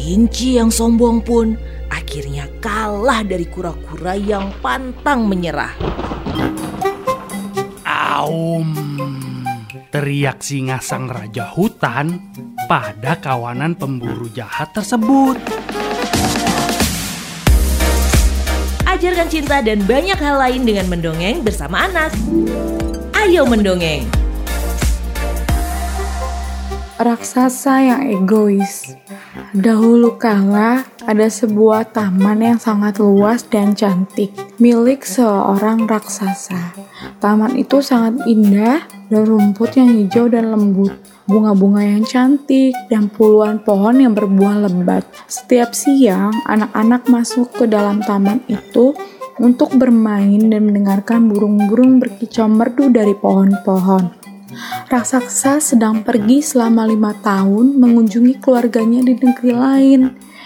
Kelinci yang sombong pun akhirnya kalah dari kura-kura yang pantang menyerah. Aum, teriak singa sang raja hutan pada kawanan pemburu jahat tersebut. Ajarkan cinta dan banyak hal lain dengan mendongeng bersama anak. Ayo mendongeng. Raksasa yang egois. Dahulu kala ada sebuah taman yang sangat luas dan cantik milik seorang raksasa. Taman itu sangat indah dan rumput yang hijau dan lembut, bunga-bunga yang cantik, dan puluhan pohon yang berbuah lebat. Setiap siang, anak-anak masuk ke dalam taman itu untuk bermain dan mendengarkan burung-burung berkicau merdu dari pohon-pohon. Raksasa sedang pergi selama 5 tahun mengunjungi keluarganya di negeri lain.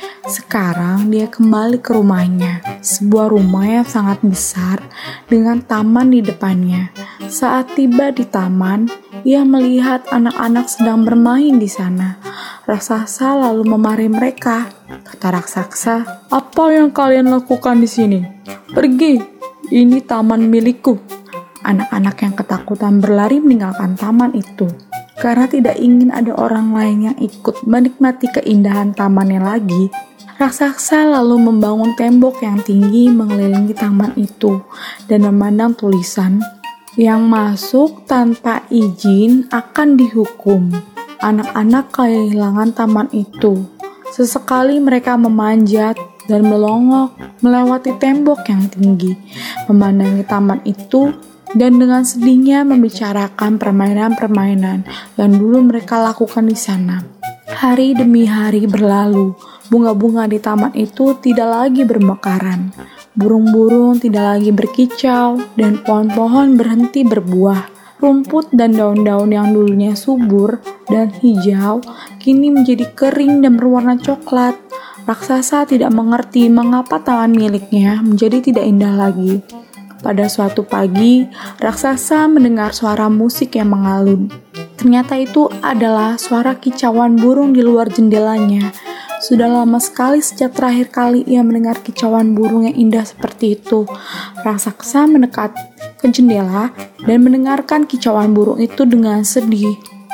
Sekarang dia kembali ke rumahnya, sebuah rumah yang sangat besar dengan taman di depannya. Saat tiba di taman, ia melihat anak-anak sedang bermain di sana. Raksasa lalu memarahi mereka. Kata raksasa, "Apa yang kalian lakukan di sini? Pergi, ini taman milikku." Anak-anak yang ketakutan berlari meninggalkan taman itu. Karena tidak ingin ada orang lain yang ikut menikmati keindahan tamannya lagi, raksasa lalu membangun tembok yang tinggi mengelilingi taman itu dan memandang tulisan, "Yang masuk tanpa izin akan dihukum." Anak-anak kehilangan taman itu. Sesekali mereka memanjat dan melongok melewati tembok yang tinggi, memandangi taman itu, dan dengan sedihnya membicarakan permainan-permainan yang dulu mereka lakukan di sana. Hari demi hari berlalu, bunga-bunga di taman itu tidak lagi bermekaran, burung-burung tidak lagi berkicau, dan pohon-pohon berhenti berbuah. Rumput dan daun-daun yang dulunya subur dan hijau kini menjadi kering dan berwarna coklat. Raksasa tidak mengerti mengapa taman miliknya menjadi tidak indah lagi. Pada suatu pagi, raksasa mendengar suara musik yang mengalun. Ternyata itu adalah suara kicauan burung di luar jendelanya. Sudah lama sekali sejak terakhir kali ia mendengar kicauan burung yang indah seperti itu. Raksasa mendekat ke jendela dan mendengarkan kicauan burung itu dengan sedih.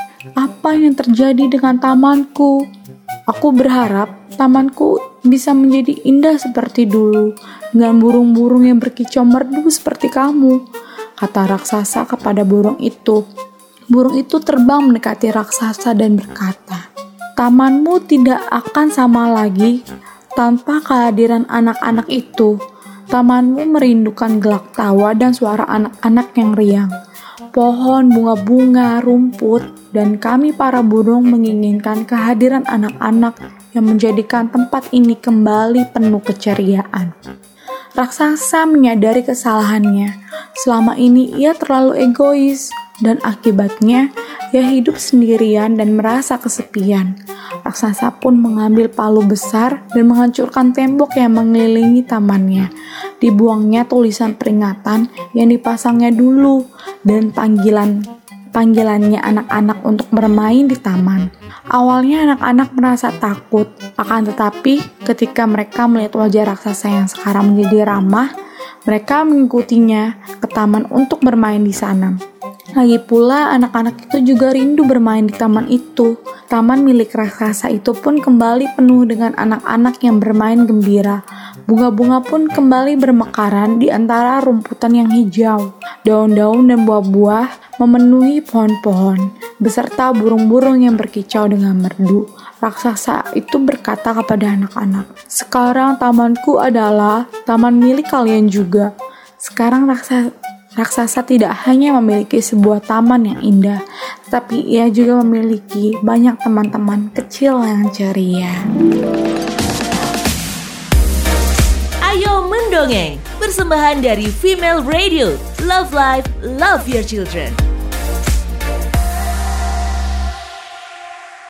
"Apa yang terjadi dengan tamanku? Aku berharap tamanku bisa menjadi indah seperti dulu, dengan burung-burung yang berkicau merdu seperti kamu," kata raksasa kepada burung itu. Burung itu terbang mendekati raksasa dan berkata, "Tamanmu tidak akan sama lagi tanpa kehadiran anak-anak itu. Tamanmu merindukan gelak tawa dan suara anak-anak yang riang. Pohon, bunga-bunga, rumput, dan kami para burung menginginkan kehadiran anak-anak yang menjadikan tempat ini kembali penuh keceriaan." Raksasa menyadari kesalahannya. Selama ini ia terlalu egois, dan akibatnya ia hidup sendirian dan merasa kesepian. Raksasa pun mengambil palu besar dan menghancurkan tembok yang mengelilingi tamannya. Dibuangnya tulisan peringatan yang dipasangnya dulu dan panggilannya anak-anak untuk bermain di taman. Awalnya anak-anak merasa takut, akan tetapi ketika mereka melihat wajah raksasa yang sekarang menjadi ramah, mereka mengikutinya ke taman untuk bermain di sana. Lagi pula anak-anak itu juga rindu bermain di taman itu. Taman milik raksasa itu pun kembali penuh dengan anak-anak yang bermain gembira. Bunga-bunga pun kembali bermekaran di antara rumputan yang hijau. Daun-daun dan buah-buah memenuhi pohon-pohon, beserta burung-burung yang berkicau dengan merdu. Raksasa itu berkata kepada anak-anak, "Sekarang tamanku adalah taman milik kalian juga." Sekarang raksasa tidak hanya memiliki sebuah taman yang indah, tapi ia juga memiliki banyak teman-teman kecil yang ceria. Ayo mendongeng, persembahan dari Female Radio. Love Life, Love Your Children.